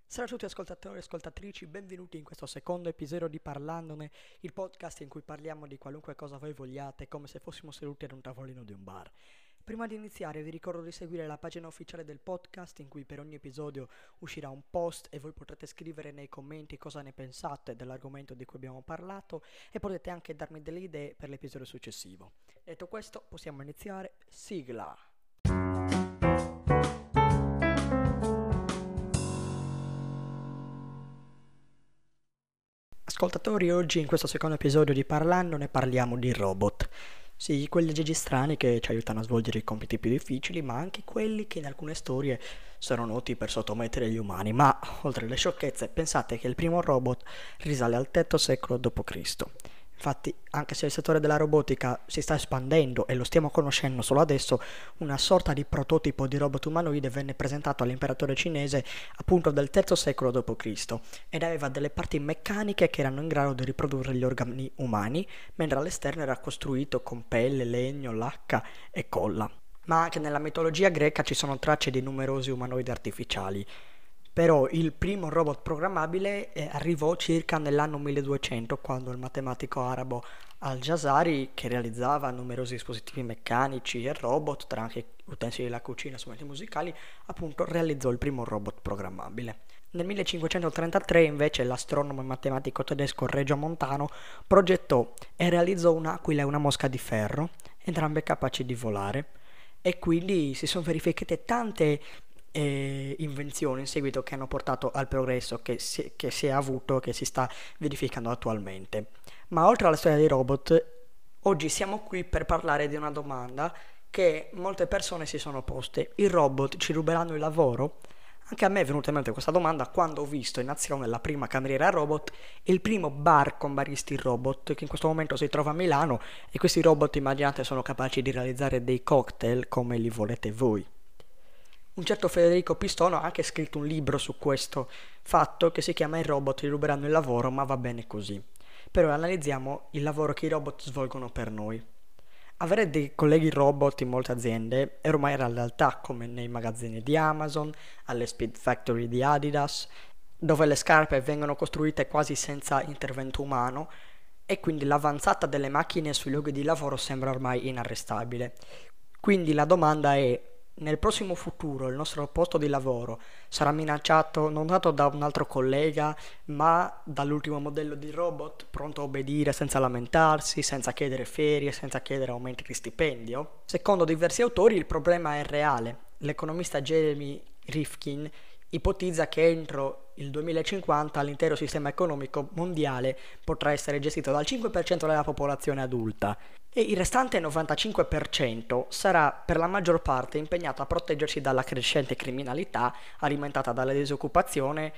Ciao a tutti ascoltatori e ascoltatrici, benvenuti in questo secondo episodio di Parlandone, il podcast in cui parliamo di qualunque cosa voi vogliate, come se fossimo seduti ad un tavolino di un bar. Prima di iniziare vi ricordo di seguire la pagina ufficiale del podcast in cui per ogni episodio uscirà un post e voi potrete scrivere nei commenti cosa ne pensate dell'argomento di cui abbiamo parlato e potete anche darmi delle idee per l'episodio successivo. Detto questo, possiamo iniziare. Sigla! Ascoltatori, oggi in questo secondo episodio di Parlando ne parliamo di robot. Sì, quelli agenti strani che ci aiutano a svolgere i compiti più difficili, ma anche quelli che in alcune storie sono noti per sottomettere gli umani. Ma, oltre alle sciocchezze, pensate che il primo robot risale al III secolo d.C. Infatti, anche se il settore della robotica si sta espandendo e lo stiamo conoscendo solo adesso, una sorta di prototipo di robot umanoide venne presentato all'imperatore cinese appunto del III secolo d.C. ed aveva delle parti meccaniche che erano in grado di riprodurre gli organi umani, mentre all'esterno era costruito con pelle, legno, lacca e colla. Ma anche nella mitologia greca ci sono tracce di numerosi umanoidi artificiali. Però il primo robot programmabile arrivò circa nell'anno 1200, quando il matematico arabo Al-Jazari, che realizzava numerosi dispositivi meccanici e robot, tra anche utensili della cucina e strumenti musicali, appunto realizzò il primo robot programmabile. Nel 1533 invece l'astronomo e matematico tedesco Reggio Montano progettò e realizzò un'aquila e una mosca di ferro, entrambe capaci di volare, e quindi si sono verificate tante invenzioni in seguito che hanno portato al progresso che si è avuto e che si sta verificando attualmente. Ma oltre alla storia dei robot, oggi siamo qui per parlare di una domanda che molte persone si sono poste: i robot ci ruberanno il lavoro? Anche a me è venuta in mente questa domanda quando ho visto in azione la prima cameriera robot e il primo bar con baristi robot, che in questo momento si trova a Milano, e questi robot, immaginate, sono capaci di realizzare dei cocktail come li volete voi. Un certo Federico Pistono ha anche scritto un libro su questo fatto che si chiama "I robot ruberanno il lavoro, ma va bene così". Però analizziamo il lavoro che i robot svolgono per noi. Avere dei colleghi robot in molte aziende è ormai la realtà, come nei magazzini di Amazon, alle Speed Factory di Adidas, dove le scarpe vengono costruite quasi senza intervento umano e quindi l'avanzata delle macchine sui luoghi di lavoro sembra ormai inarrestabile. Quindi la domanda è: nel prossimo futuro il nostro posto di lavoro sarà minacciato non tanto da un altro collega, ma dall'ultimo modello di robot, pronto a obbedire senza lamentarsi, senza chiedere ferie, senza chiedere aumenti di stipendio? Secondo diversi autori il problema è reale. L'economista Jeremy Rifkin ipotizza che entro il 2050 l'intero sistema economico mondiale potrà essere gestito dal 5% della popolazione adulta e il restante 95% sarà per la maggior parte impegnato a proteggersi dalla crescente criminalità alimentata dalla disoccupazione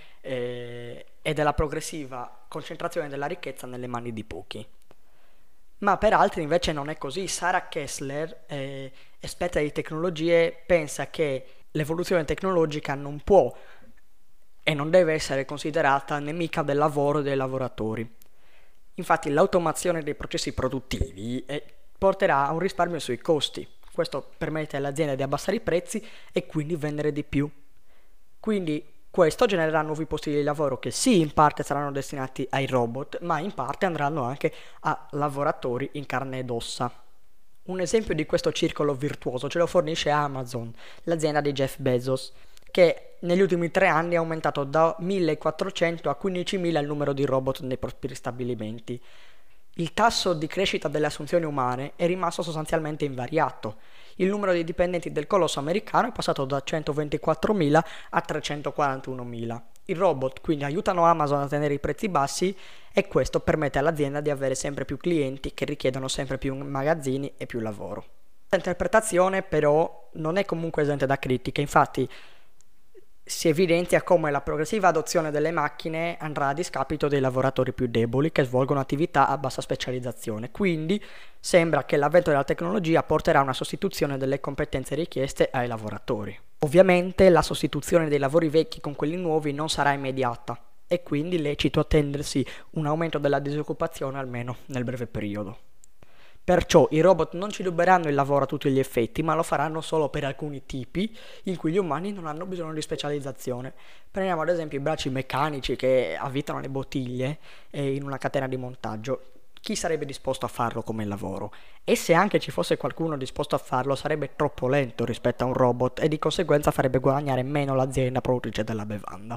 e dalla progressiva concentrazione della ricchezza nelle mani di pochi. Ma per altri invece non è così. Sarah Kessler, esperta di tecnologie, pensa che l'evoluzione tecnologica non può e non deve essere considerata nemica del lavoro e dei lavoratori. Infatti l'automazione dei processi produttivi porterà a un risparmio sui costi. Questo permette alle aziende di abbassare i prezzi e quindi vendere di più. Quindi questo genererà nuovi posti di lavoro che sì, in parte saranno destinati ai robot, ma in parte andranno anche a lavoratori in carne ed ossa. Un esempio di questo circolo virtuoso ce lo fornisce Amazon, l'azienda di Jeff Bezos, che negli ultimi 3 anni ha aumentato da 1.400 a 15.000 il numero di robot nei propri stabilimenti. Il tasso di crescita delle assunzioni umane è rimasto sostanzialmente invariato. Il numero di dipendenti del colosso americano è passato da 124.000 a 341.000. I robot quindi aiutano Amazon a tenere i prezzi bassi e questo permette all'azienda di avere sempre più clienti che richiedono sempre più magazzini e più lavoro. L'interpretazione però non è comunque esente da critiche, infatti si evidenzia come la progressiva adozione delle macchine andrà a discapito dei lavoratori più deboli che svolgono attività a bassa specializzazione. Quindi sembra che l'avvento della tecnologia porterà a una sostituzione delle competenze richieste ai lavoratori. Ovviamente la sostituzione dei lavori vecchi con quelli nuovi non sarà immediata e quindi è lecito attendersi un aumento della disoccupazione almeno nel breve periodo. Perciò i robot non ci ruberanno il lavoro a tutti gli effetti, ma lo faranno solo per alcuni tipi in cui gli umani non hanno bisogno di specializzazione. Prendiamo ad esempio i bracci meccanici che avvitano le bottiglie in una catena di montaggio. Chi sarebbe disposto a farlo come lavoro? E se anche ci fosse qualcuno disposto a farlo, sarebbe troppo lento rispetto a un robot e di conseguenza farebbe guadagnare meno l'azienda produttrice della bevanda.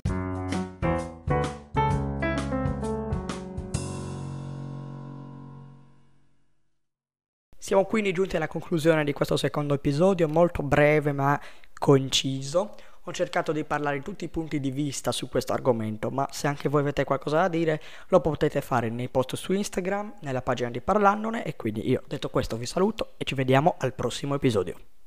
Siamo quindi giunti alla conclusione di questo secondo episodio, molto breve ma conciso. Ho cercato di parlare di tutti i punti di vista su questo argomento, ma se anche voi avete qualcosa da dire lo potete fare nei post su Instagram, nella pagina di Parlandone, e quindi io detto questo vi saluto e ci vediamo al prossimo episodio.